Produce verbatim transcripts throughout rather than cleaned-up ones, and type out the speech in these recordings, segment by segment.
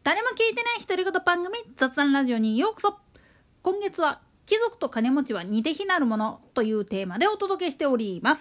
誰も聞いてない独り言番組雑談ラジオにようこそ。今月は貴族と金持ちは似て非なるものというテーマでお届けしております。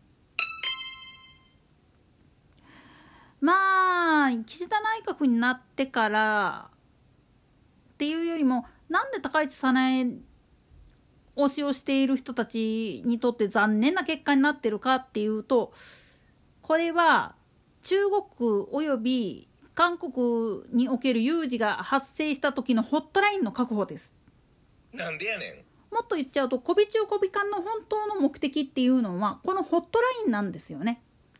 まあ岸田内閣になってからっていうよりも、なんで高市早苗推しをしている人たちにとって残念な結果になってるかっていうと、これは中国および韓国における有事が発生した時のホットラインの確保です。 なんでやねん。もっと言っちゃうと、媚び中媚び韓の本当の目的っていうのはこのホットラインなんですよね。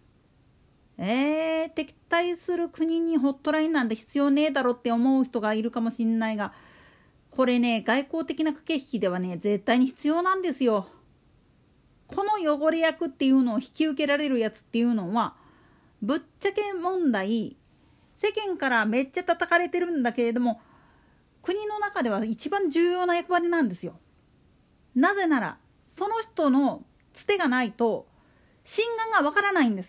えー、敵対する国にホットラインなんて必要ねえだろって思う人がいるかもしんないが、これね、外交的な駆け引きではね絶対に必要なんですよ。この汚れ役っていうのを引き受けられるやつっていうのは、ぶっちゃけ問題世間からめっちゃ叩かれてるんだけれども、国の中では一番重要な役割なんですよ。なぜならその人のつてがないと真贋がわからないんです。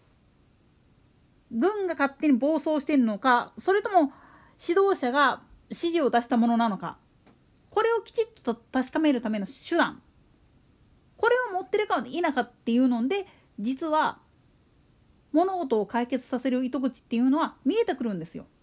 軍が勝手に暴走してるのか、それとも指導者が指示を出したものなのか、これをきちっと確かめるための手段、これを持ってるか否かっていうので、実は物事を解決させる糸口っていうのは見えてくるんですよ。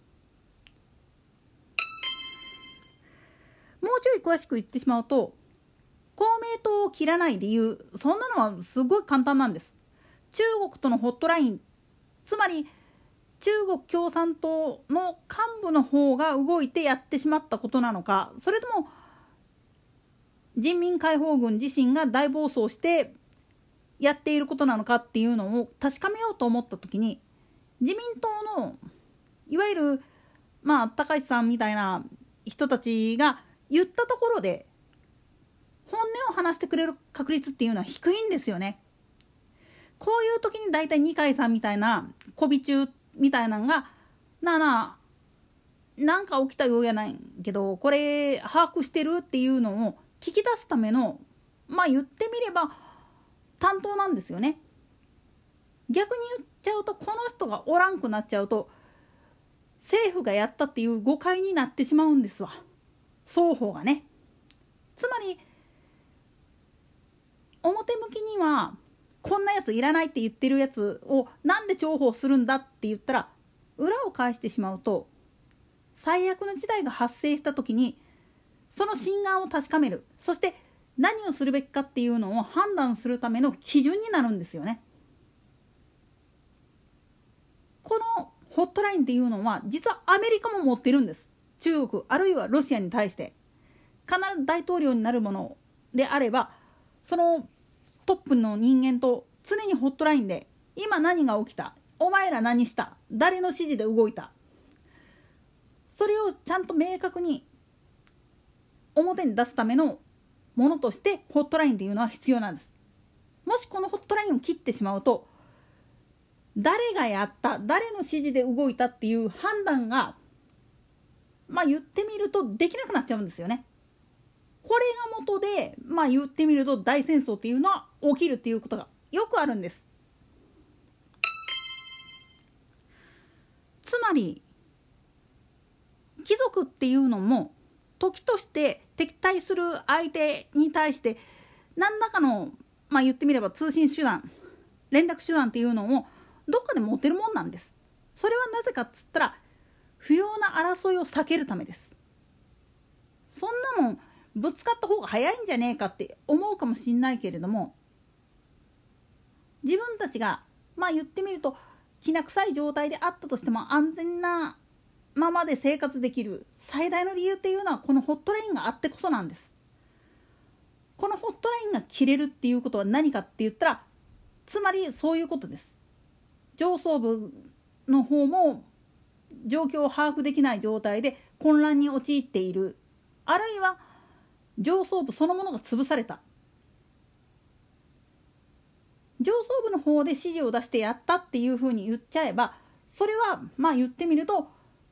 もうちょい詳しく言ってしまうと、公明党を切らない理由、そんなのはすごい簡単なんです。中国とのホットライン、つまり中国共産党の幹部の方が動いてやってしまったことなのか、それとも人民解放軍自身が大暴走してやっていることなのかっていうのを確かめようと思った時に、自民党のいわゆるまあ高市さんみたいな人たちが言ったところで本音を話してくれる確率っていうのは低いんですよね。こういう時にだいたい二階さんみたいな媚び中みたいなのが、なあなあなんか起きたようやないけどこれ把握してるっていうのを聞き出すための、まあ言ってみれば担当なんですよね。逆に言っちゃうと、この人がおらんくなっちゃうと政府がやったっていう誤解になってしまうんですわ、双方がね。つまり表向きにはこんなやついらないって言ってるやつをなんで重宝するんだって言ったら、裏を返してしまうと最悪の事態が発生した時にその真贋を確かめる、そして何をするべきかっていうのを判断するための基準になるんですよね。このホットラインっていうのは実はアメリカも持ってるんです。中国あるいはロシアに対して必ず大統領になるものであれば、そのトップの人間と常にホットラインで、今何が起きた、お前ら何した、誰の指示で動いた、それをちゃんと明確に表に出すためのものとしてホットラインっていうのは必要なんです。もしこのホットラインを切ってしまうと、誰がやった、誰の指示で動いたっていう判断が、まあ言ってみるとできなくなっちゃうんですよね。これが元で、まあ言ってみると大戦争っていうのは起きるっていうことがよくあるんです。つまり貴族っていうのも時として敵対する相手に対して何らかの、まあ言ってみれば通信手段、連絡手段っていうのをどっかで持てるもんなんです。それはなぜかっつったら、不要な争いを避けるためです。そんなもんぶつかった方が早いんじゃねえかって思うかもしんないけれども、自分たちがまあ言ってみるときな臭い状態であったとしても安全なままで生活できる最大の理由っていうのは、このホットラインがあってこそなんです。このホットラインが切れるっていうことは何かって言ったら、つまりそういうことです。上層部の方も状況を把握できない状態で混乱に陥っている、あるいは上層部そのものが潰された、上層部の方で指示を出してやったっていうふうに言っちゃえば、それはまあ言ってみると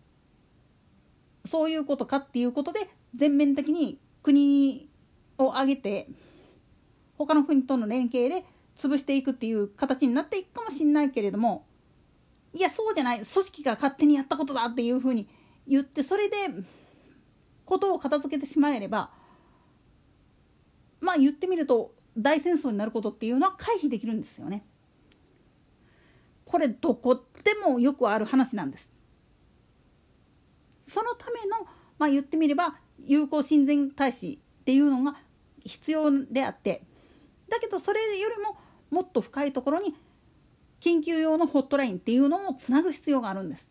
そういうことかっていうことで、全面的に国を挙げて他の国との連携で潰していくっていう形になっていくかもしれないけれども、いやそうじゃない、組織が勝手にやったことだっていうふうに言って、それでことを片付けてしまえれば、まあ言ってみると大戦争になることっていうのは回避できるんですよね。これどこでもよくある話なんです。そのための、まあ言ってみれば友好親善大使っていうのが必要であって、だけどそれよりももっと深いところに緊急用のホットラインっていうのをつなぐ必要があるんです。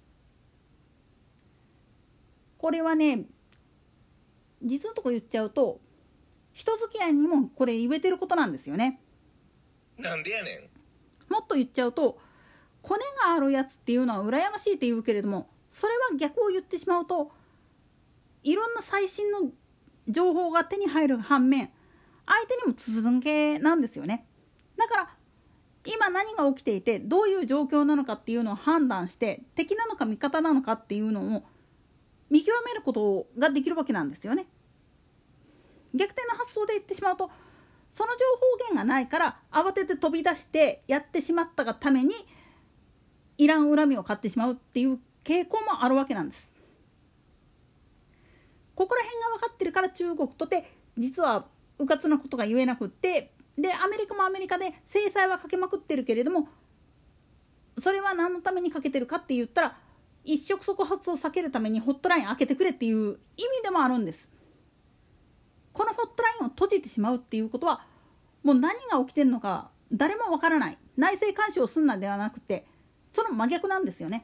これはね、実のところ言っちゃうと人付き合いにもこれ言えてることなんですよね。 なんでやねん。もっと言っちゃうと、コネがあるやつっていうのは羨ましいって言うけれども、それは逆を言ってしまうと、いろんな最新の情報が手に入る反面、相手にも筒抜けなんですよね。だから今何が起きていてどういう状況なのかっていうのを判断して、敵なのか味方なのかっていうのを見極めることができるわけなんですよね。逆転の発想で言ってしまうと、その情報源がないから慌てて飛び出してやってしまったがためにいらん恨みを買ってしまうっていう傾向もあるわけなんです。ここら辺が分かってるから中国とて実はうかつなことが言えなくって、でアメリカもアメリカで制裁はかけまくってるけれども、それは何のためにかけてるかって言ったら、一触即発を避けるためにホットライン開けてくれっていう意味でもあるんです。このホットラインを閉じてしまうっていうことは、もう何が起きてるのか誰もわからない、内政干渉をするのではなくて、その真逆なんですよね。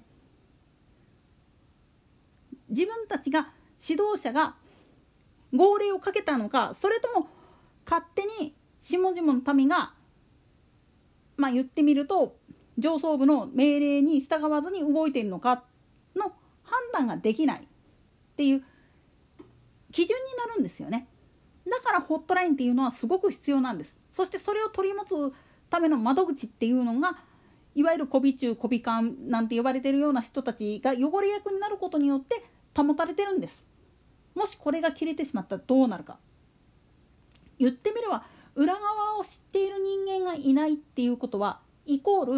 自分たちが指導者が号令をかけたのか、それとも勝手に下々の民が、まあ言ってみると上層部の命令に従わずに動いているのかの判断ができないっていう基準になるんですよね。だからホットラインっていうのはすごく必要なんです。そしてそれを取り持つための窓口っていうのが、いわゆる媚び中媚び官なんて呼ばれているような人たちが汚れ役になることによって保たれてるんです。もしこれが切れてしまったらどうなるか。言ってみれば裏側を知っている人間がいないっていうことは、イコール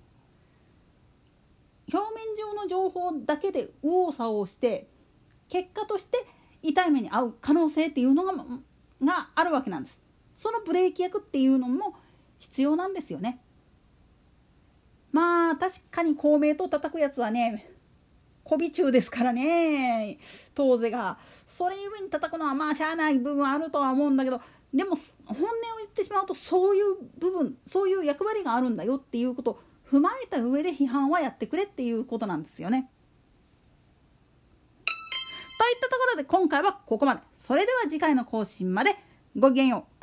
表面上の情報だけで右往左往して結果として痛い目に遭う可能性っていうのががあるわけなんです。そのブレーキ役っていうのも必要なんですよね。まあ確かに公明党叩くやつはね、媚び中ですからね、当是がそれゆえに叩くのはまあしゃあない部分はあるとは思うんだけど、でも本音を言ってしまうと、そういう部分、そういう役割があるんだよっていうことを踏まえた上で批判はやってくれっていうことなんですよね。といったところで今回はここまで。それでは次回の更新までごきげんよう。